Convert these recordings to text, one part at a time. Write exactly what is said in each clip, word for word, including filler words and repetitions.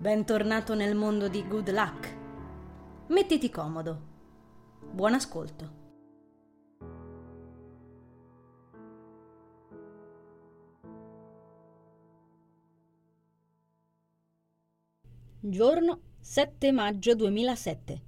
Bentornato nel mondo di Good Luck. Mettiti comodo. Buon ascolto. Giorno sette maggio duemilasette.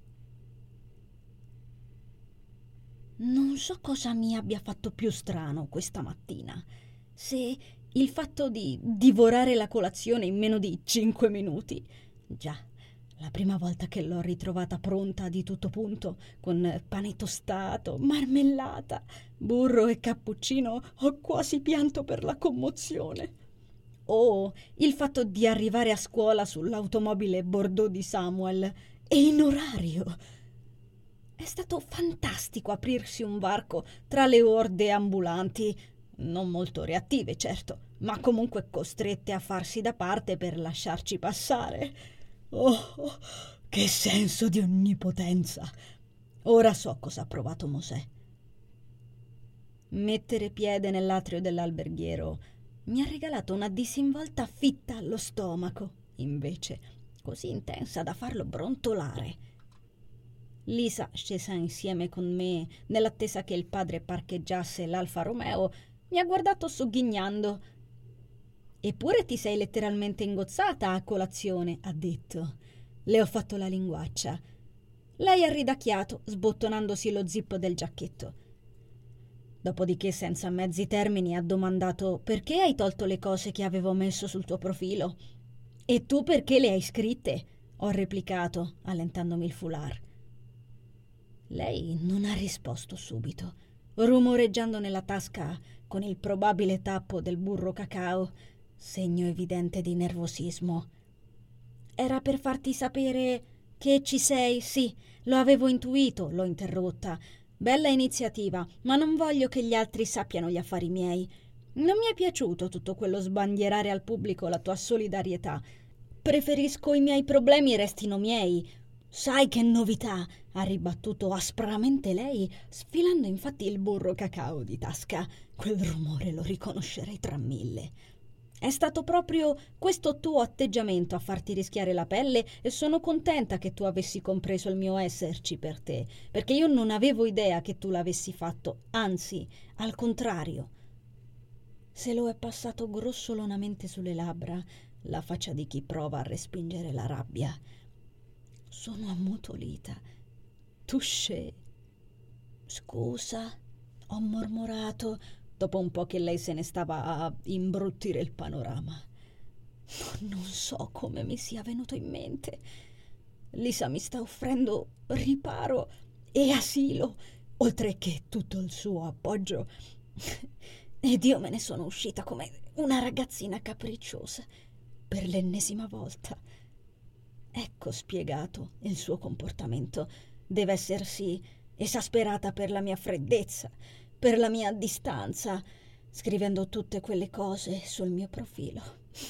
Non so cosa mi abbia fatto più strano questa mattina. Se il fatto di divorare la colazione in meno di cinque minuti. Già, la prima volta che l'ho ritrovata pronta di tutto punto, con pane tostato, marmellata, burro e cappuccino, ho quasi pianto per la commozione. O il fatto di arrivare a scuola sull'automobile Bordeaux di Samuel e in orario. È stato fantastico aprirsi un varco tra le orde ambulanti, non molto reattive, certo, ma comunque costrette a farsi da parte per lasciarci passare. Oh, che senso di onnipotenza! Ora so cosa ha provato Mosè. Mettere piede nell'atrio dell'alberghiero mi ha regalato una disinvolta fitta allo stomaco, invece, così intensa da farlo brontolare. Lisa, scesa insieme con me nell'attesa che il padre parcheggiasse l'Alfa Romeo, mi ha guardato sogghignando. «Eppure ti sei letteralmente ingozzata a colazione», ha detto. Le ho fatto la linguaccia. Lei ha ridacchiato, sbottonandosi lo zippo del giacchetto. Dopodiché, senza mezzi termini, ha domandato: «Perché hai tolto le cose che avevo messo sul tuo profilo?» «E tu perché le hai scritte?» ho replicato, allentandomi il foulard. Lei non ha risposto subito, rumoreggiando nella tasca con il probabile tappo del burro cacao, segno evidente di nervosismo. «Era per farti sapere che ci sei, sì, lo avevo intuito», l'ho interrotta. «Bella iniziativa, ma non voglio che gli altri sappiano gli affari miei. Non mi è piaciuto tutto quello sbandierare al pubblico la tua solidarietà. Preferisco i miei problemi restino miei». «Sai che novità!» ha ribattuto aspramente lei, sfilando infatti il burro cacao di tasca. Quel rumore lo riconoscerei tra mille. «È stato proprio questo tuo atteggiamento a farti rischiare la pelle e sono contenta che tu avessi compreso il mio esserci per te, perché io non avevo idea che tu l'avessi fatto, anzi, al contrario». Se lo è passato grossolanamente sulle labbra, la faccia di chi prova a respingere la rabbia. Sono ammutolita. «Touché. Scusa», ho mormorato, dopo un po' che lei se ne stava a imbruttire il panorama. Non so come mi sia venuto in mente. Lisa mi sta offrendo riparo e asilo, oltre che tutto il suo appoggio. Ed io me ne sono uscita come una ragazzina capricciosa, per l'ennesima volta. Ecco spiegato il suo comportamento. Deve essersi esasperata per la mia freddezza, per la mia distanza, scrivendo tutte quelle cose sul mio profilo.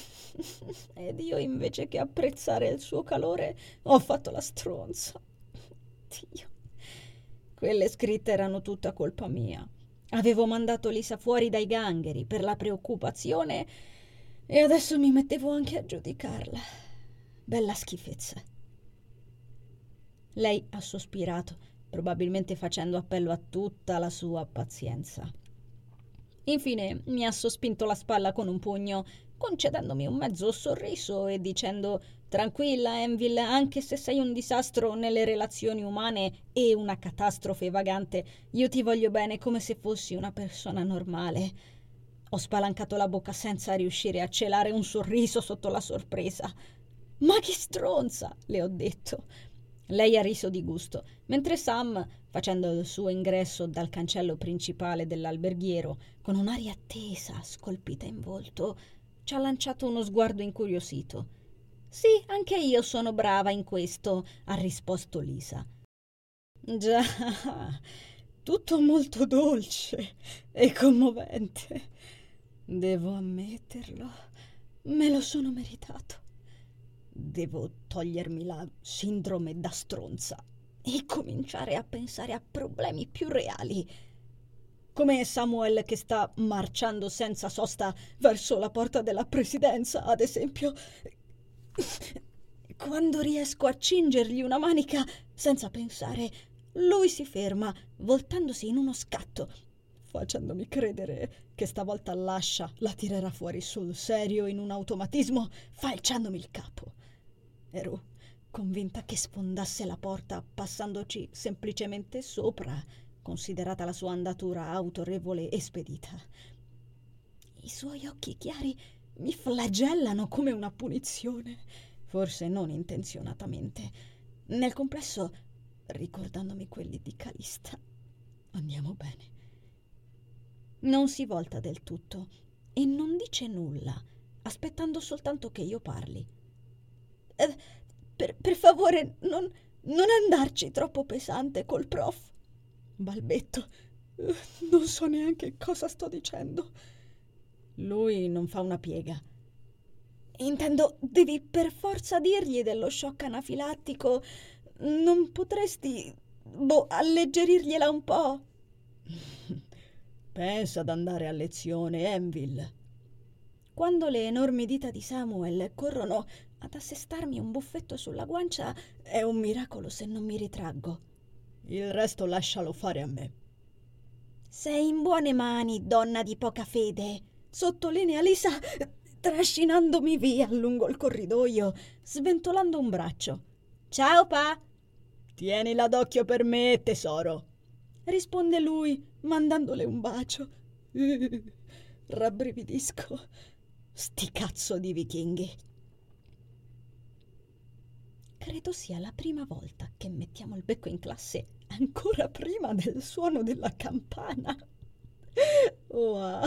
Ed io, invece che apprezzare il suo calore, ho fatto la stronza. Dio. Quelle scritte erano tutta colpa mia. Avevo mandato Lisa fuori dai gangheri per la preoccupazione e adesso mi mettevo anche a giudicarla. Bella schifezza. Lei ha sospirato, probabilmente facendo appello a tutta la sua pazienza. Infine mi ha sospinto la spalla con un pugno, concedendomi un mezzo sorriso e dicendo: «Tranquilla, Envil, anche se sei un disastro nelle relazioni umane e una catastrofe vagante, io ti voglio bene come se fossi una persona normale». Ho spalancato la bocca senza riuscire a celare un sorriso sotto la sorpresa. «Ma che stronza!» le ho detto. Lei ha riso di gusto, mentre Sam, facendo il suo ingresso dal cancello principale dell'alberghiero, con un'aria tesa, scolpita in volto, ci ha lanciato uno sguardo incuriosito. «Sì, anche io sono brava in questo», ha risposto Lisa. «Già, tutto molto dolce e commovente. Devo ammetterlo, me lo sono meritato. Devo togliermi la sindrome da stronza e cominciare a pensare a problemi più reali, come Samuel che sta marciando senza sosta verso la porta della presidenza, ad esempio. Quando riesco a cingergli una manica senza pensare, lui si ferma, voltandosi in uno scatto, facendomi credere che stavolta lascia la tirerà fuori sul serio in un automatismo, falciandomi il capo. Ero convinta che sfondasse la porta passandoci semplicemente sopra, considerata la sua andatura autorevole e spedita. I suoi occhi chiari mi flagellano come una punizione, forse non intenzionatamente. Nel complesso, ricordandomi quelli di Calista, andiamo bene. Non si volta del tutto e non dice nulla, aspettando soltanto che io parli. Eh, per, per favore, non, non andarci troppo pesante col prof. Balbetto. Eh, non so neanche cosa sto dicendo. Lui non fa una piega. Intendo, devi per forza dirgli dello shock anafilattico. Non potresti, boh, alleggerirgliela un po'? Pensa ad andare a lezione, Envil. Quando le enormi dita di Samuel corrono ad assestarmi un buffetto sulla guancia, è un miracolo se non mi ritraggo. Il resto lascialo fare a me. Sei in buone mani, donna di poca fede, sottolinea Lisa, trascinandomi via lungo il corridoio, sventolando un braccio. Ciao, pa! Tienila d'occhio per me, tesoro, risponde lui, mandandole un bacio. Uh, rabbrividisco. Sti cazzo di vichinghi. Credo sia la prima volta che mettiamo il becco in classe ancora prima del suono della campana. Wow!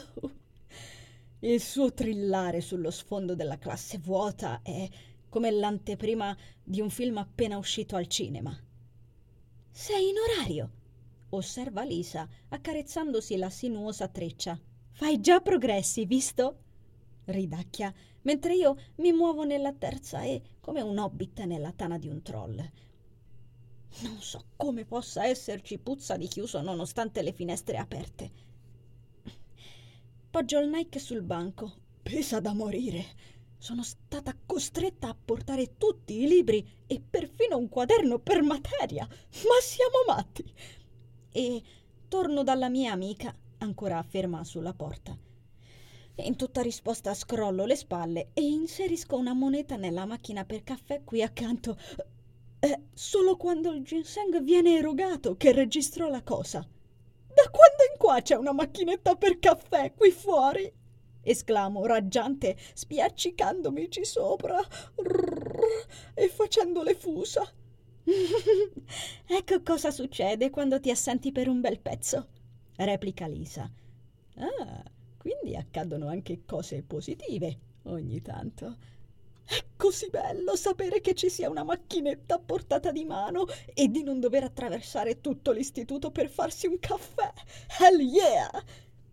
Il suo trillare sullo sfondo della classe vuota è come l'anteprima di un film appena uscito al cinema. Sei in orario, osserva Lisa, accarezzandosi la sinuosa treccia. Fai già progressi, visto? Ridacchia, mentre io mi muovo nella terza E come un hobbit nella tana di un troll. Non so come possa esserci puzza di chiuso nonostante le finestre aperte. Poggio il Nike sul banco. Pesa da morire. Sono stata costretta a portare tutti i libri e perfino un quaderno per materia. Ma siamo matti! E torno dalla mia amica, ancora ferma sulla porta. In tutta risposta scrollo le spalle e inserisco una moneta nella macchina per caffè qui accanto. È solo quando il ginseng viene erogato che registro la cosa. Da quando in qua c'è una macchinetta per caffè qui fuori? Esclamo raggiante, spiaccicandomici sopra e facendo le fusa. Ecco cosa succede quando ti assenti per un bel pezzo, replica Lisa. Ah, quindi accadono anche cose positive ogni tanto. È così bello sapere che ci sia una macchinetta a portata di mano e di non dover attraversare tutto l'istituto per farsi un caffè. Hell yeah!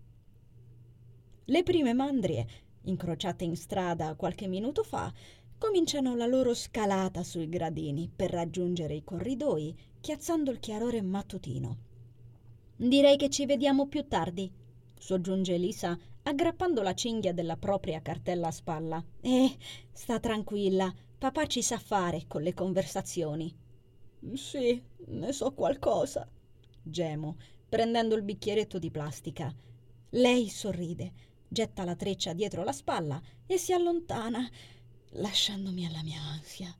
Le prime mandrie, incrociate in strada qualche minuto fa, cominciano la loro scalata sui gradini per raggiungere i corridoi, chiazzando il chiarore mattutino. Direi che ci vediamo più tardi, soggiunge Lisa, aggrappando la cinghia della propria cartella a spalla. Eh, sta tranquilla, papà ci sa fare con le conversazioni. Sì, ne so qualcosa, gemo, prendendo il bicchieretto di plastica. Lei sorride, getta la treccia dietro la spalla e si allontana, lasciandomi alla mia ansia.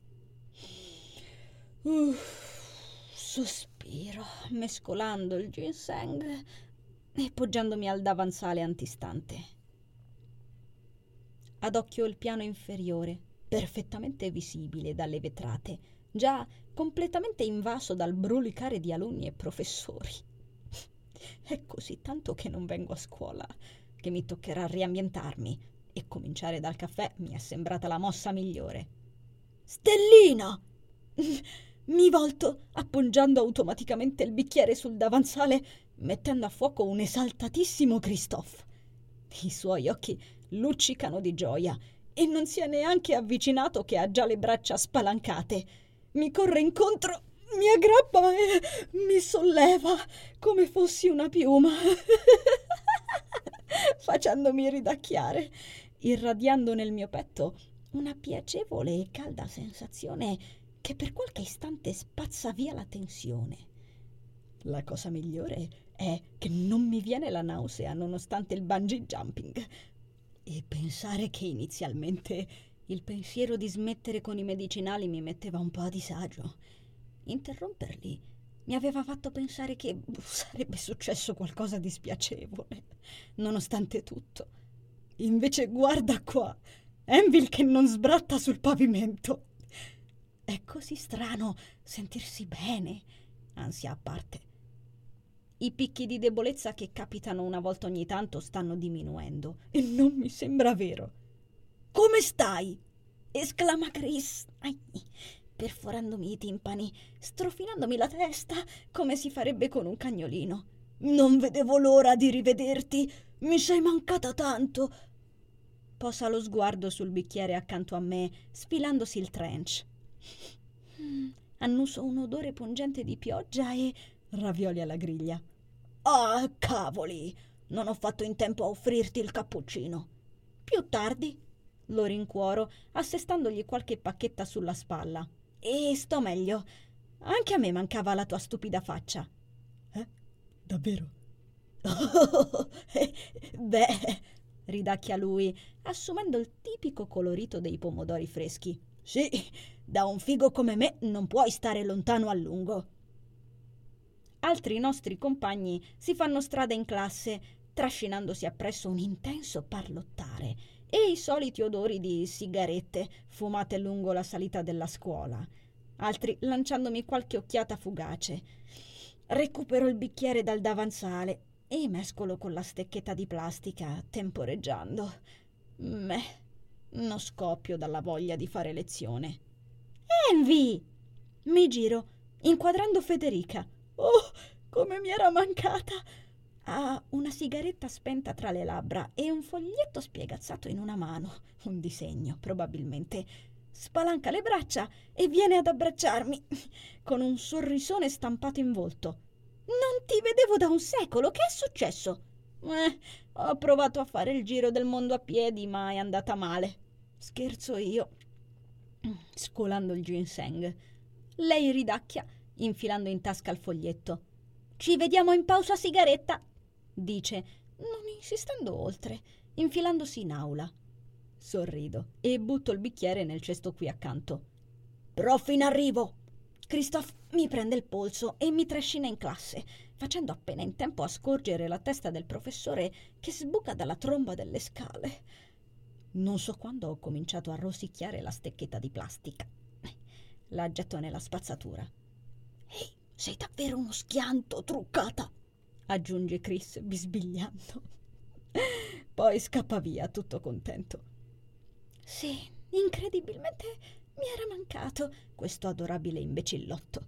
Uff, sospiro, mescolando il ginseng e poggiandomi al davanzale antistante. Ad occhio il piano inferiore, perfettamente visibile dalle vetrate, già completamente invaso dal brulicare di alunni e professori. È così tanto che non vengo a scuola che mi toccherà riambientarmi e cominciare dal caffè mi è sembrata la mossa migliore. Stellina! Mi volto, appoggiando automaticamente il bicchiere sul davanzale, mettendo a fuoco un esaltatissimo Christophe. I suoi occhi luccicano di gioia e non si è neanche avvicinato che ha già le braccia spalancate. Mi corre incontro, mi aggrappa e mi solleva come fossi una piuma, facendomi ridacchiare, irradiando nel mio petto una piacevole e calda sensazione che per qualche istante spazza via la tensione. La cosa migliore è che non mi viene la nausea nonostante il bungee jumping. E pensare che inizialmente il pensiero di smettere con i medicinali mi metteva un po' a disagio. Interromperli mi aveva fatto pensare che sarebbe successo qualcosa di spiacevole, nonostante tutto. Invece guarda qua, Envil che non sbratta sul pavimento. È così strano sentirsi bene, ansia a parte. I picchi di debolezza che capitano una volta ogni tanto stanno diminuendo e non mi sembra vero. «Come stai?» esclama Chris, ai, perforandomi i timpani, strofinandomi la testa come si farebbe con un cagnolino. «Non vedevo l'ora di rivederti, mi sei mancata tanto!» Posa lo sguardo sul bicchiere accanto a me, sfilandosi il trench. Mm, annuso un odore pungente di pioggia e ravioli alla griglia. «Ah, cavoli! Non ho fatto in tempo a offrirti il cappuccino!» «Più tardi!» lo rincuoro, assestandogli qualche pacchetta sulla spalla. «E sto meglio. Anche a me mancava la tua stupida faccia!» «Eh? Davvero?» «Oh, eh, beh!» ridacchia lui, assumendo il tipico colorito dei pomodori freschi. «Sì, da un figo come me non puoi stare lontano a lungo!» Altri nostri compagni si fanno strada in classe, trascinandosi appresso un intenso parlottare e i soliti odori di sigarette fumate lungo la salita della scuola. Altri lanciandomi qualche occhiata fugace. Recupero il bicchiere dal davanzale e mescolo con la stecchetta di plastica, temporeggiando. Meh, non scoppio dalla voglia di fare lezione. «Envy!» Mi giro, inquadrando Federica. Oh, come mi era mancata! Ha una sigaretta spenta tra le labbra e un foglietto spiegazzato in una mano, un disegno probabilmente. Spalanca le braccia e viene ad abbracciarmi, con un sorrisone stampato in volto. «Non ti vedevo da un secolo, che è successo?» Eh, ho provato a fare il giro del mondo a piedi, ma è andata male. Scherzo io, scolando il ginseng. Lei ridacchia, infilando in tasca il foglietto. «Ci vediamo in pausa sigaretta», dice, non insistendo oltre, infilandosi in aula. Sorrido e butto il bicchiere nel cesto qui accanto. «Prof in arrivo!» Christophe mi prende il polso e mi trascina in classe, facendo appena in tempo a scorgere la testa del professore che sbuca dalla tromba delle scale. Non so quando ho cominciato a rosicchiare la stecchetta di plastica. La getto nella spazzatura. «Ehi, sei davvero uno schianto, truccata!» aggiunge Chris bisbigliando. Poi scappa via, tutto contento. Sì, incredibilmente mi era mancato questo adorabile imbecillotto.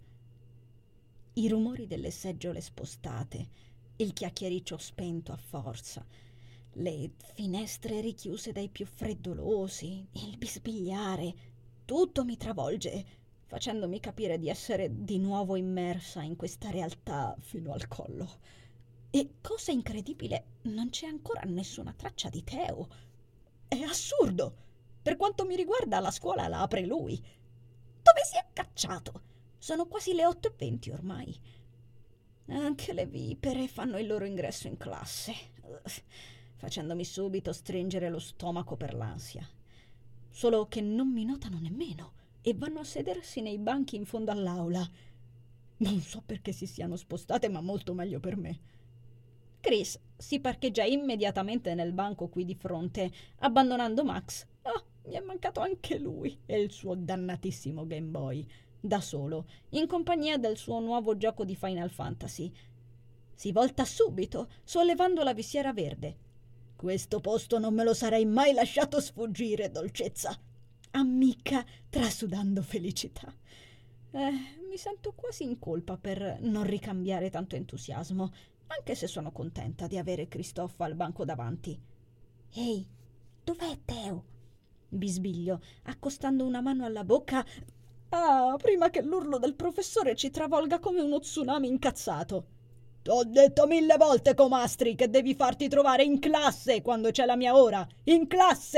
I rumori delle seggiole spostate, il chiacchiericcio spento a forza, le finestre richiuse dai più freddolosi, il bisbigliare, tutto mi travolge, facendomi capire di essere di nuovo immersa in questa realtà fino al collo. E, cosa incredibile, non c'è ancora nessuna traccia di Teo. È assurdo! Per quanto mi riguarda, la scuola la apre lui. Dove si è cacciato? Sono quasi le otto e venti ormai. Anche le vipere fanno il loro ingresso in classe, facendomi subito stringere lo stomaco per l'ansia. Solo che non mi notano nemmeno e vanno a sedersi nei banchi in fondo all'aula. Non so perché si siano spostate, ma molto meglio per me. Chris si parcheggia immediatamente nel banco qui di fronte, abbandonando Max. Ah, mi è mancato anche lui e il suo dannatissimo Game Boy, da solo, in compagnia del suo nuovo gioco di Final Fantasy. Si volta subito, sollevando la visiera verde. «Questo posto non me lo sarei mai lasciato sfuggire, dolcezza!» ammicca, trasudando felicità. Eh, mi sento quasi in colpa per non ricambiare tanto entusiasmo, anche se sono contenta di avere Christophe al banco davanti. «Ehi, dov'è Teo?» bisbiglio, accostando una mano alla bocca. Ah, prima che l'urlo del professore ci travolga come uno tsunami incazzato. «T'ho detto mille volte, comastri, che devi farti trovare in classe quando c'è la mia ora! In classe!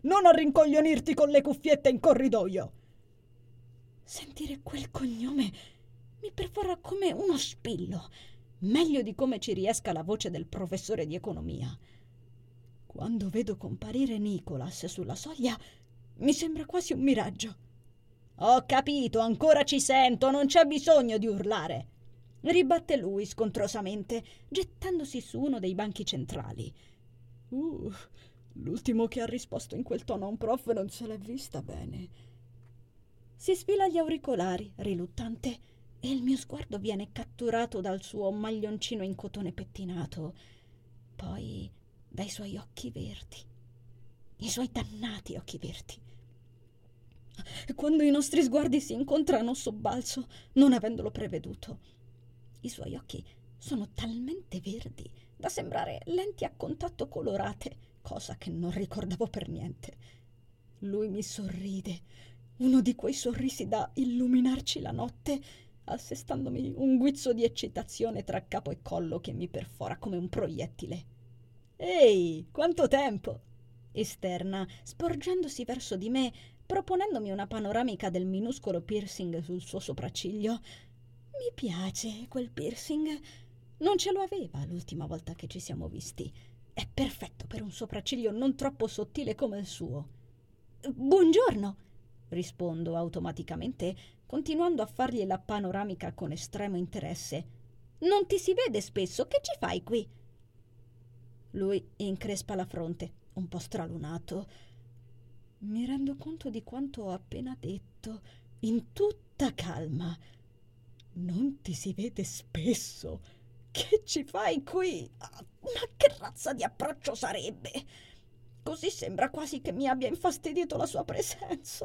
Non arrincoglionirti con le cuffiette in corridoio! Sentire quel cognome mi perfora come uno spillo, meglio di come ci riesca la voce del professore di economia. Quando vedo comparire Nicholas sulla soglia, mi sembra quasi un miraggio. Ho capito, ancora ci sento, non c'è bisogno di urlare, ribatte lui scontrosamente, gettandosi su uno dei banchi centrali. Uh, l'ultimo che ha risposto in quel tono a un prof non se l'è vista bene. Si sfila gli auricolari, riluttante, e il mio sguardo viene catturato dal suo maglioncino in cotone pettinato, poi dai suoi occhi verdi, i suoi dannati occhi verdi. Quando i nostri sguardi si incontrano sobbalzo, non avendolo preveduto. I suoi occhi sono talmente verdi da sembrare lenti a contatto colorate, cosa che non ricordavo per niente. Lui mi sorride, uno di quei sorrisi da illuminarci la notte, assestandomi un guizzo di eccitazione tra capo e collo che mi perfora come un proiettile. «Ehi, quanto tempo!» esterna, sporgendosi verso di me, proponendomi una panoramica del minuscolo piercing sul suo sopracciglio. Mi piace quel piercing. Non ce lo aveva l'ultima volta che ci siamo visti. È perfetto per un sopracciglio non troppo sottile come il suo. «Buongiorno!» rispondo automaticamente, continuando a fargli la panoramica con estremo interesse. «Non ti si vede spesso, che ci fai qui?» Lui increspa la fronte, un po' stralunato. Mi rendo conto di quanto ho appena detto, in tutta calma. «Non ti si vede spesso? Che ci fai qui? Ma che razza di approccio sarebbe? Così sembra quasi che mi abbia infastidito la sua presenza.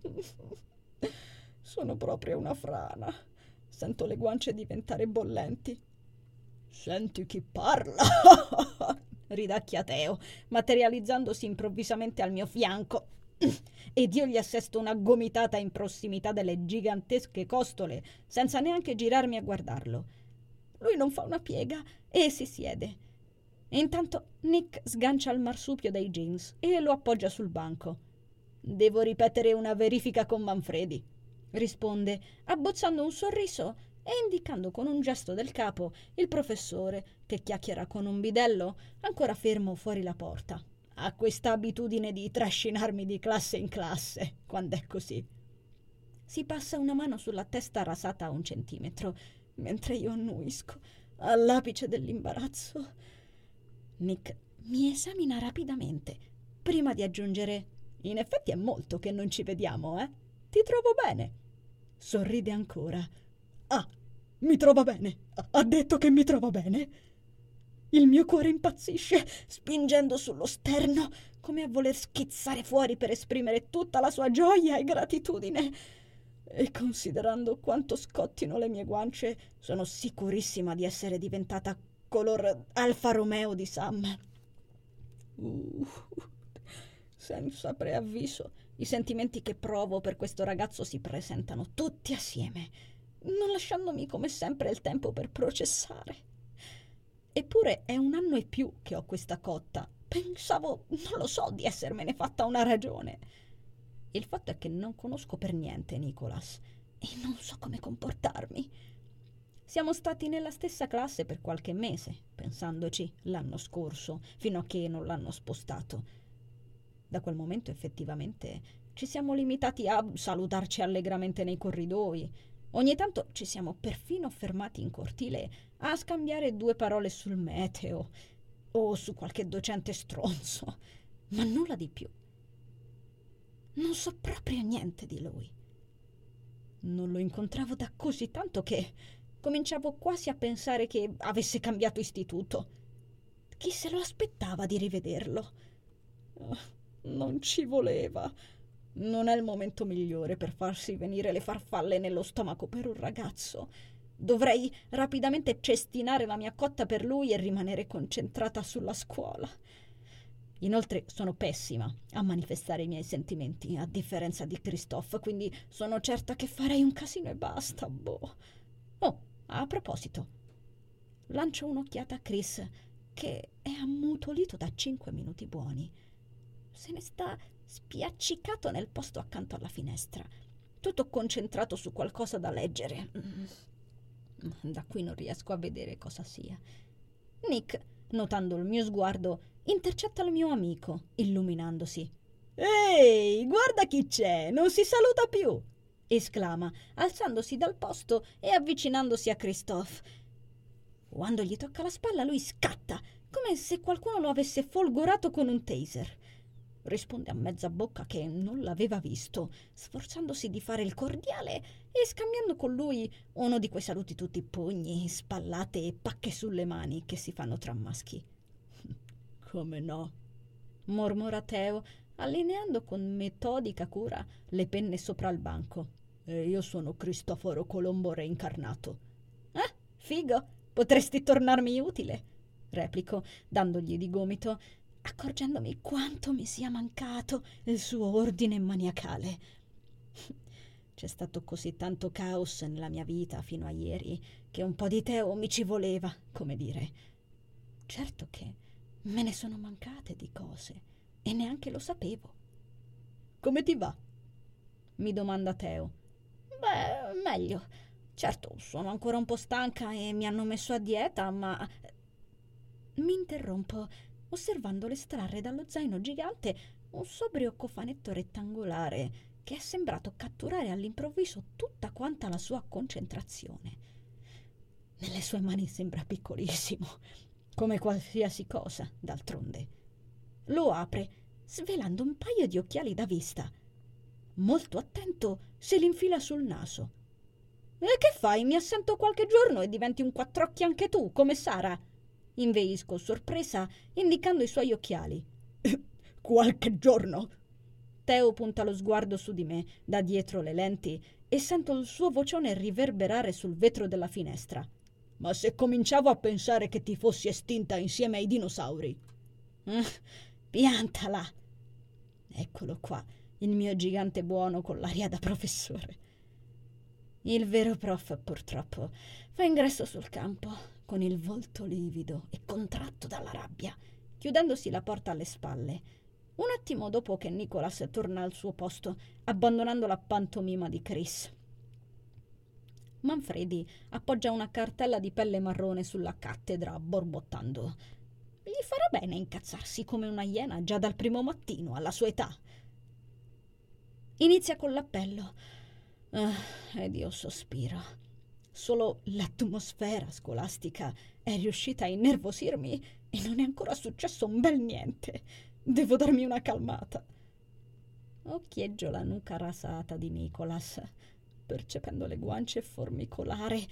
Sono proprio una frana. Sento le guance diventare bollenti. Senti chi parla!» ridacchia Teo, materializzandosi improvvisamente al mio fianco. Ed io gli assesto una gomitata in prossimità delle gigantesche costole, senza neanche girarmi a guardarlo. Lui non fa una piega e si siede. Intanto Nick sgancia il marsupio dai jeans e lo appoggia sul banco. «Devo ripetere una verifica con Manfredi», risponde, abbozzando un sorriso e indicando con un gesto del capo il professore, che chiacchiera con un bidello ancora fermo fuori la porta. «Ha questa abitudine di trascinarmi di classe in classe, quando è così». Si passa una mano sulla testa rasata a un centimetro, mentre io annuisco, all'apice dell'imbarazzo. Nick mi esamina rapidamente, prima di aggiungere: «In effetti è molto che non ci vediamo, eh? Ti trovo bene». Sorride ancora. «Ah, mi trova bene? Ha detto che mi trova bene?» Il mio cuore impazzisce, spingendo sullo sterno, come a voler schizzare fuori per esprimere tutta la sua gioia e gratitudine. E considerando quanto scottino le mie guance, sono sicurissima di essere diventata color Alfa Romeo di Sam. Uh, senza preavviso, i sentimenti che provo per questo ragazzo si presentano tutti assieme, non lasciandomi come sempre il tempo per processare. Eppure è un anno e più che ho questa cotta. Pensavo, non lo so, di essermene fatta una ragione. Il fatto è che non conosco per niente Nicholas e non so come comportarmi. Siamo stati nella stessa classe per qualche mese, pensandoci, l'anno scorso, fino a che non l'hanno spostato. Da quel momento effettivamente ci siamo limitati a salutarci allegramente nei corridoi. Ogni tanto ci siamo perfino fermati in cortile a scambiare due parole sul meteo o su qualche docente stronzo, ma nulla di più. Non so proprio niente di lui. Non lo incontravo da così tanto che cominciavo quasi a pensare che avesse cambiato istituto. Chi se lo aspettava di rivederlo? Oh, non ci voleva. Non è il momento migliore per farsi venire le farfalle nello stomaco per un ragazzo. Dovrei rapidamente cestinare la mia cotta per lui e rimanere concentrata sulla scuola. Inoltre sono pessima a manifestare i miei sentimenti, a differenza di Christophe, quindi sono certa che farei un casino e basta, boh. Oh, a proposito, lancio un'occhiata a Chris, che è ammutolito da cinque minuti buoni. se ne sta spiaccicato nel posto accanto alla finestra, tutto concentrato su qualcosa da leggere. Da qui non riesco a vedere cosa sia. Nick, notando il mio sguardo, intercetta il mio amico, illuminandosi. «Ehi, guarda chi c'è! Non si saluta più!» esclama, alzandosi dal posto e avvicinandosi a Christophe. Quando gli tocca la spalla, lui scatta, come se qualcuno lo avesse folgorato con un taser. Risponde a mezza bocca che non l'aveva visto, sforzandosi di fare il cordiale e scambiando con lui uno di quei saluti tutti pugni, spallate e pacche sulle mani che si fanno tra maschi. «Come no?» mormora Teo, allineando con metodica cura le penne sopra il banco. «E io sono Cristoforo Colombo reincarnato». «Ah, figo! Potresti tornarmi utile!» replico, dandogli di gomito, accorgendomi quanto mi sia mancato il suo ordine maniacale. C'è stato così tanto caos nella mia vita fino a ieri che un po' di Teo mi ci voleva, come dire. Certo che me ne sono mancate di cose e neanche lo sapevo. «Come ti va?» mi domanda Teo. «Beh, meglio. Certo, sono ancora un po' stanca e mi hanno messo a dieta, ma...» Mi interrompo, osservandolo estrarre dallo zaino gigante un sobrio cofanetto rettangolare che è sembrato catturare all'improvviso tutta quanta la sua concentrazione. Nelle sue mani sembra piccolissimo, come qualsiasi cosa, d'altronde. Lo apre, svelando un paio di occhiali da vista. Molto attento, se li infila sul naso. «E che fai? Mi assento qualche giorno e diventi un quattr'occhi anche tu, come Sara?» inveisco, sorpresa, indicando i suoi occhiali. «Qualche giorno?» Teo punta lo sguardo su di me, da dietro le lenti, e sento il suo vocione riverberare sul vetro della finestra. «Ma se cominciavo a pensare che ti fossi estinta insieme ai dinosauri?» Eh, piantala! Eccolo qua, il mio gigante buono con l'aria da professore. Il vero prof, purtroppo, fa ingresso sul campo, con il volto livido e contratto dalla rabbia, chiudendosi la porta alle spalle, un attimo dopo che Nicholas torna al suo posto, abbandonando la pantomima di Chris. Manfredi appoggia una cartella di pelle marrone sulla cattedra, borbottando. Gli farà bene incazzarsi come una iena già dal primo mattino, alla sua età. Inizia con l'appello. Ah, ed io sospiro. Solo l'atmosfera scolastica è riuscita a innervosirmi e non è ancora successo un bel niente. Devo darmi una calmata. Occhieggio la nuca rasata di Nicholas, percependo le guance formicolare,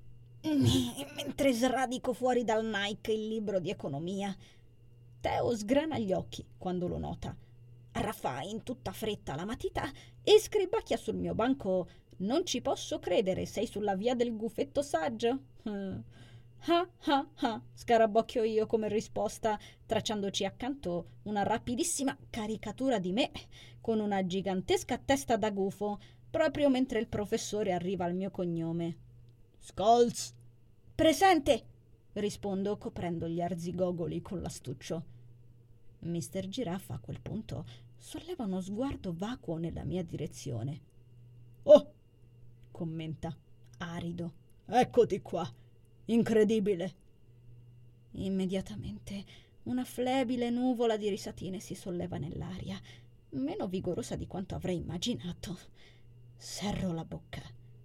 mentre sradico fuori dal Nike il libro di economia. Teo sgrana gli occhi quando lo nota. Raffà in tutta fretta la matita e scribacchia sul mio banco. «Non ci posso credere, sei sulla via del gufetto saggio?» Ah, ah, ah, ah, scarabocchio io come risposta, tracciandoci accanto una rapidissima caricatura di me con una gigantesca testa da gufo, proprio mentre il professore arriva al mio cognome. «Scalz!» «Presente!» rispondo, coprendo gli arzigogoli con l'astuccio. Mister Giraffa a quel punto solleva uno sguardo vacuo nella mia direzione. «Oh!» commenta, arido. «Eccoti qua! Incredibile!» Immediatamente una flebile nuvola di risatine si solleva nell'aria, meno vigorosa di quanto avrei immaginato. Serro la bocca.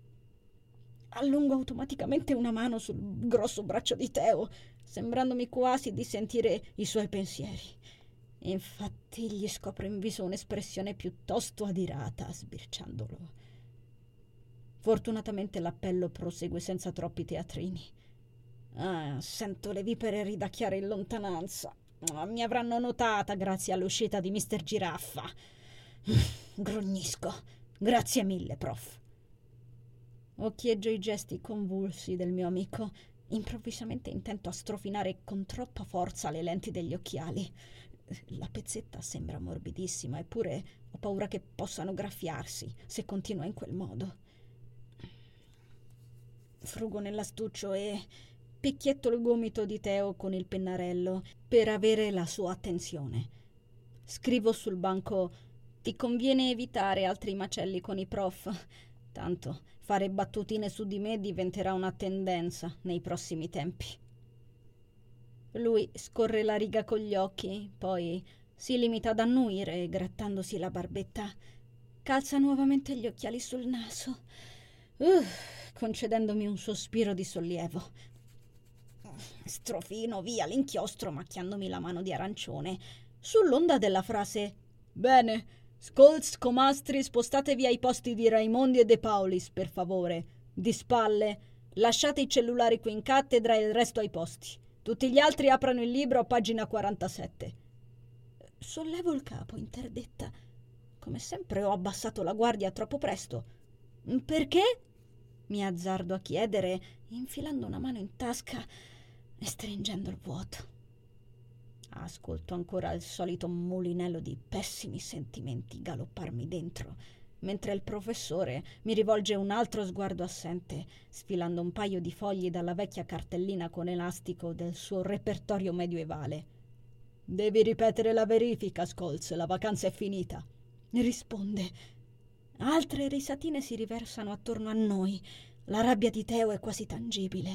Allungo automaticamente una mano sul grosso braccio di Teo, sembrandomi quasi di sentire i suoi pensieri. Infatti gli scopro in viso un'espressione piuttosto adirata, sbirciandolo. Fortunatamente l'appello prosegue senza troppi teatrini. Ah, sento le vipere ridacchiare in lontananza. Ah, mi avranno notata grazie all'uscita di mister Giraffa. Grugnisco. Grazie mille, prof. Occhieggio i gesti convulsi del mio amico, improvvisamente intento a strofinare con troppa forza le lenti degli occhiali. La pezzetta sembra morbidissima, eppure ho paura che possano graffiarsi se continua in quel modo. Frugo nell'astuccio e picchietto il gomito di Teo con il pennarello per avere la sua attenzione. Scrivo sul banco: ti conviene evitare altri macelli con i prof. Tanto fare battutine su di me diventerà una tendenza nei prossimi tempi. Lui scorre la riga con gli occhi, poi si limita ad annuire, grattandosi la barbetta. Calza nuovamente gli occhiali sul naso, uh, concedendomi un sospiro di sollievo. Strofino via l'inchiostro macchiandomi la mano di arancione, sull'onda della frase: bene, Scholz, Comastri, spostatevi ai posti di Raimondi e De Paulis, per favore. Di spalle. Lasciate i cellulari qui in cattedra e il resto ai posti. Tutti gli altri aprano il libro a pagina quarantasette. Sollevo il capo, interdetta. Come sempre ho abbassato la guardia troppo presto. Perché? Mi azzardo a chiedere, infilando una mano in tasca e stringendo il vuoto. Ascolto ancora il solito mulinello di pessimi sentimenti galopparmi dentro, mentre il professore mi rivolge un altro sguardo assente, sfilando un paio di fogli dalla vecchia cartellina con elastico del suo repertorio medievale. Devi ripetere la verifica, Scholz, la vacanza è finita. Risponde. Altre risatine si riversano attorno a noi. La rabbia di Teo è quasi tangibile.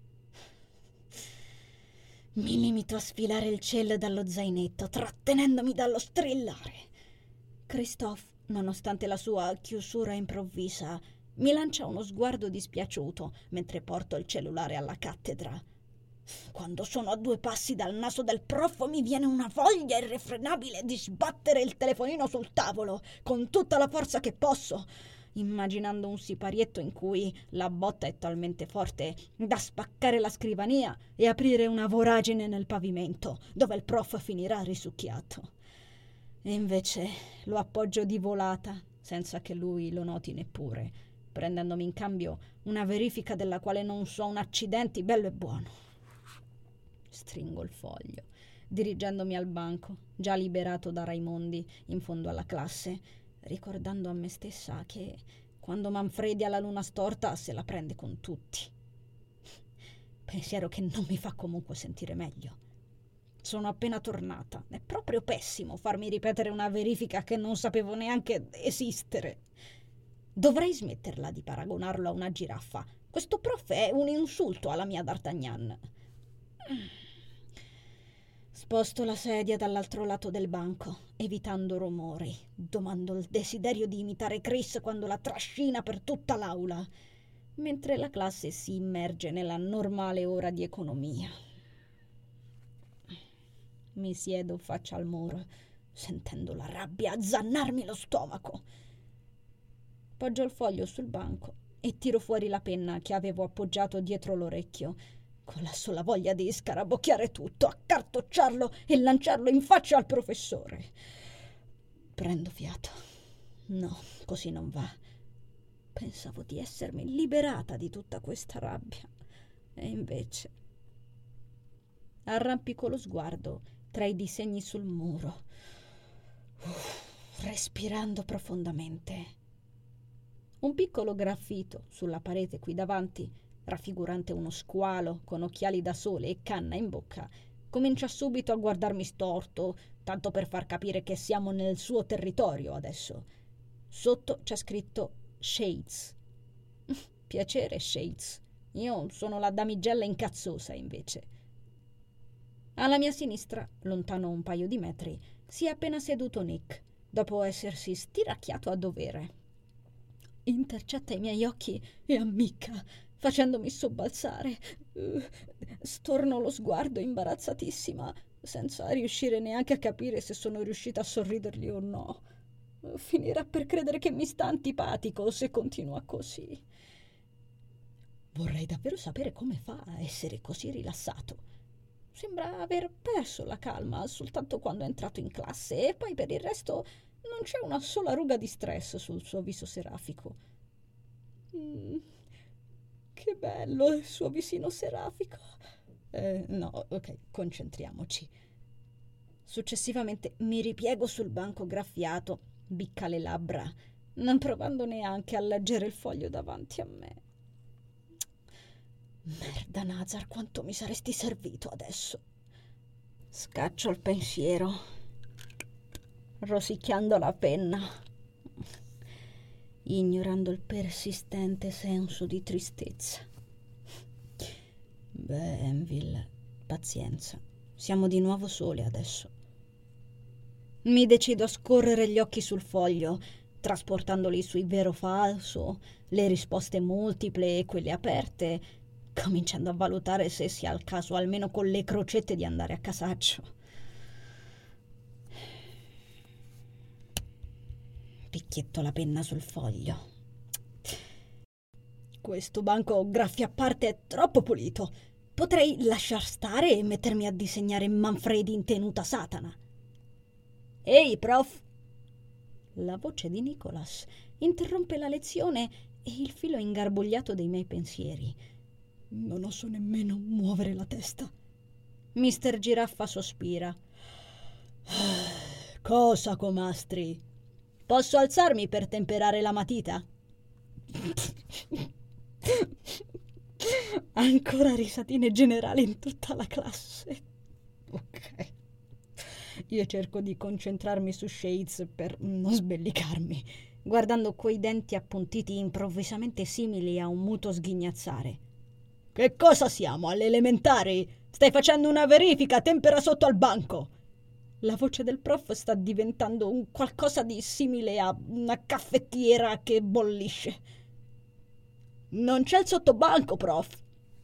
Mi limito a sfilare il cell dallo zainetto, trattenendomi dallo strillare. Christophe, nonostante la sua chiusura improvvisa, mi lancia uno sguardo dispiaciuto mentre porto il cellulare alla cattedra. Quando sono a due passi dal naso del prof mi viene una voglia irrefrenabile di sbattere il telefonino sul tavolo con tutta la forza che posso, immaginando un siparietto in cui la botta è talmente forte da spaccare la scrivania e aprire una voragine nel pavimento dove il prof finirà risucchiato. E invece lo appoggio di volata senza che lui lo noti neppure, prendendomi in cambio una verifica della quale non so un accidenti bello e buono. Stringo il foglio, dirigendomi al banco, già liberato da Raimondi, in fondo alla classe, ricordando a me stessa che quando Manfredi ha la luna storta se la prende con tutti. Pensiero che non mi fa comunque sentire meglio. Sono appena tornata. È proprio pessimo farmi ripetere una verifica che non sapevo neanche esistere. Dovrei smetterla di paragonarlo a una giraffa. Questo prof è un insulto alla mia D'Artagnan. Sposto la sedia dall'altro lato del banco, evitando rumori, domando il desiderio di imitare Chris quando la trascina per tutta l'aula, mentre la classe si immerge nella normale ora di economia. Mi siedo faccia al muro, sentendo la rabbia azzannarmi lo stomaco. Poggio il foglio sul banco e tiro fuori la penna che avevo appoggiato dietro l'orecchio, con la sola voglia di scarabocchiare tutto, accartocciarlo e lanciarlo in faccia al professore. Prendo fiato. No, così non va. Pensavo di essermi liberata di tutta questa rabbia. E invece... Arrampico lo sguardo tra i disegni sul muro, Uff, respirando profondamente. Un piccolo graffito sulla parete qui davanti, raffigurante uno squalo con occhiali da sole e canna in bocca, comincia subito a guardarmi storto, tanto per far capire che siamo nel suo territorio adesso. Sotto c'è scritto Shades. Piacere, Shades. Io sono la damigella incazzosa, invece. Alla mia sinistra, lontano un paio di metri, si è appena seduto Nick, dopo essersi stiracchiato a dovere. Intercetta i miei occhi e ammicca, facendomi sobbalzare. Uh, storno lo sguardo imbarazzatissima, senza riuscire neanche a capire se sono riuscita a sorridergli o no. Uh, finirà per credere che mi sta antipatico se continua così. Vorrei davvero sapere come fa a essere così rilassato. Sembra aver perso la calma soltanto quando è entrato in classe e poi per il resto non c'è una sola ruga di stress sul suo viso serafico. Mm, che bello il suo visino serafico. Eh, no, ok, concentriamoci. Successivamente mi ripiego sul banco graffiato, bicca le labbra, non provando neanche a leggere il foglio davanti a me. Merda, Nazar, quanto mi saresti servito adesso. Scaccio il pensiero. rosicchiando la penna, ignorando il persistente senso di tristezza. Beh, Envil, pazienza, siamo di nuovo soli adesso. Mi decido a scorrere gli occhi sul foglio, trasportandoli sui vero falso, le risposte multiple e quelle aperte, cominciando a valutare se sia il caso almeno con le crocette di andare a casaccio. Picchietto la penna sul foglio. Questo banco graffia a parte è troppo pulito. Potrei lasciar stare e mettermi a disegnare Manfredi in tenuta Satana. Ehi, prof! La voce di Nicholas interrompe la lezione e il filo ingarbugliato dei miei pensieri. Non oso nemmeno muovere la testa. Mister Giraffa sospira. Cosa, comastri? Posso alzarmi per temperare la matita? Ancora risatine generali in tutta la classe. Ok. Io cerco di concentrarmi su Shades per non sbellicarmi, guardando quei denti appuntiti improvvisamente simili a un muto sghignazzare. Che cosa siamo, alle elementari? Stai facendo una verifica, tempera sotto al banco. La voce del prof sta diventando un qualcosa di simile a una caffettiera che bollisce. Non c'è il sottobanco, prof.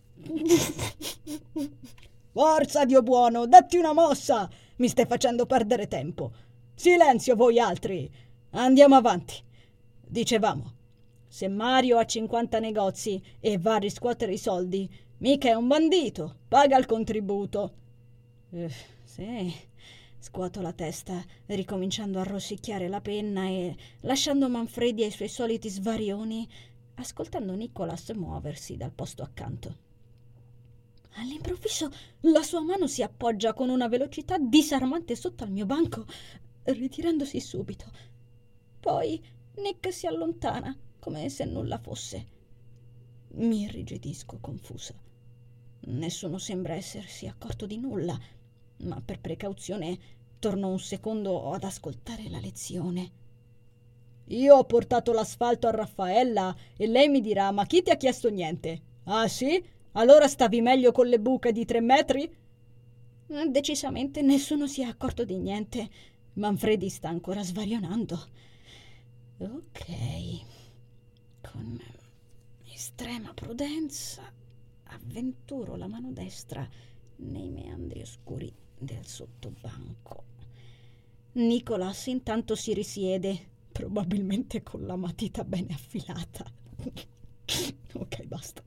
Forza, Dio buono, datti una mossa. Mi stai facendo perdere tempo. Silenzio voi altri. Andiamo avanti. Dicevamo, se Mario ha cinquanta negozi e va a riscuotere i soldi, mica è un bandito. Paga il contributo. Eh, sì, scuoto la testa, ricominciando a rosicchiare la penna e lasciando Manfredi ai suoi soliti svarioni, ascoltando Nicholas muoversi dal posto accanto. All'improvviso la sua mano si appoggia con una velocità disarmante sotto al mio banco, ritirandosi subito. Poi Nick si allontana, come se nulla fosse. Mi irrigidisco, confusa. Nessuno sembra essersi accorto di nulla, ma per precauzione torno un secondo ad ascoltare la lezione. Io ho portato l'asfalto a Raffaella e lei mi dirà: ma chi ti ha chiesto niente? Ah sì? Allora stavi meglio con le buche di tre metri? Decisamente nessuno si è accorto di niente. Manfredi sta ancora svarionando. Ok. Con estrema prudenza avventuro la mano destra nei meandri oscuri del sottobanco. Nicholas intanto si risiede, probabilmente con la matita bene affilata. Ok, basta.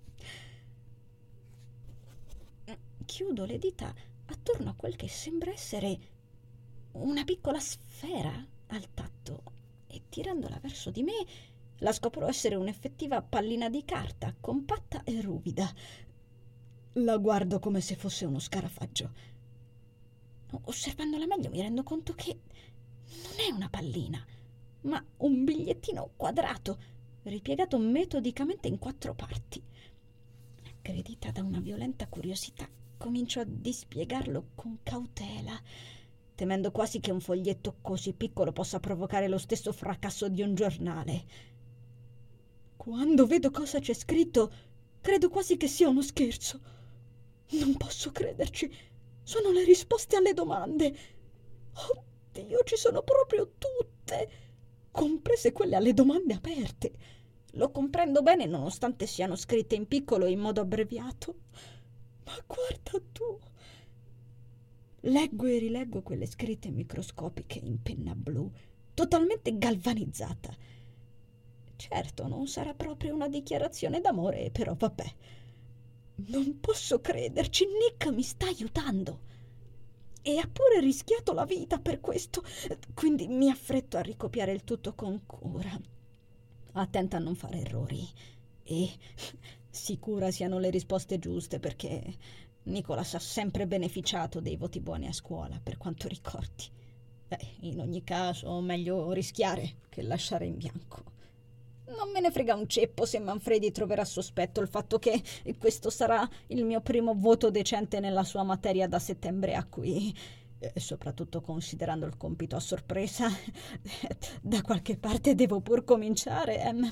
Chiudo le dita attorno a quel che sembra essere una piccola sfera al tatto e tirandola verso di me la scopro essere un'effettiva pallina di carta, compatta e ruvida. La guardo come se fosse uno scarafaggio. Osservandola meglio mi rendo conto che non è una pallina, ma un bigliettino quadrato, ripiegato metodicamente in quattro parti. Aggredita da una violenta curiosità, comincio a dispiegarlo con cautela, temendo quasi che un foglietto così piccolo possa provocare lo stesso fracasso di un giornale. Quando vedo cosa c'è scritto, credo quasi che sia uno scherzo. Non posso crederci. Sono le risposte alle domande. Oddio, ci sono proprio tutte, comprese quelle alle domande aperte. Lo comprendo bene nonostante siano scritte in piccolo e in modo abbreviato. Ma guarda tu. Leggo e rileggo quelle scritte microscopiche in penna blu, totalmente galvanizzata. Certo, non sarà proprio una dichiarazione d'amore, però vabbè. Non posso crederci, Nick mi sta aiutando. E ha pure rischiato la vita per questo, quindi mi affretto a ricopiare il tutto con cura, attenta a non fare errori e sicura siano le risposte giuste, perché Nicholas ha sempre beneficiato dei voti buoni a scuola, per quanto ricordi. Beh, in ogni caso, meglio rischiare che lasciare in bianco. Non me ne frega un ceppo se Manfredi troverà sospetto il fatto che questo sarà il mio primo voto decente nella sua materia da settembre a qui. e soprattutto considerando il compito a sorpresa, da qualche parte devo pur cominciare. Em.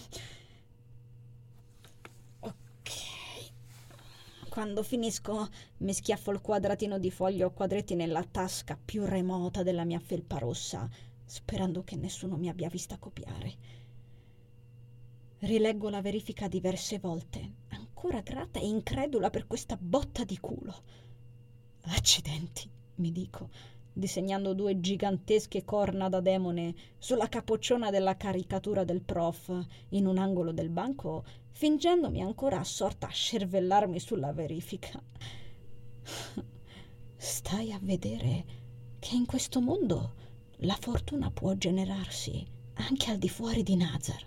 Ok. Quando finisco mi schiaffo il quadratino di fogli o quadretti nella tasca più remota della mia felpa rossa, sperando che nessuno mi abbia vista copiare. Rileggo la verifica diverse volte, ancora grata e incredula per questa botta di culo. Accidenti, mi dico, disegnando due gigantesche corna da demone sulla capocciona della caricatura del prof in un angolo del banco, fingendomi ancora assorta a scervellarmi sulla verifica. Stai a vedere che in questo mondo la fortuna può generarsi anche al di fuori di Nazar.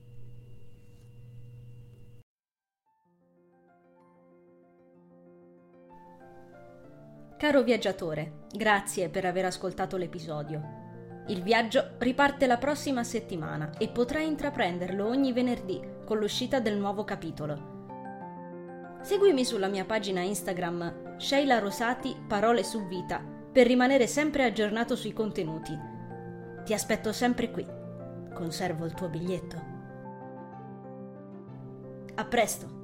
Caro viaggiatore, grazie per aver ascoltato l'episodio. Il viaggio riparte la prossima settimana e potrai intraprenderlo ogni venerdì con l'uscita del nuovo capitolo. Seguimi sulla mia pagina Instagram Sheila Rosati Parole su Vita per rimanere sempre aggiornato sui contenuti. Ti aspetto sempre qui. Conservo il tuo biglietto. A presto!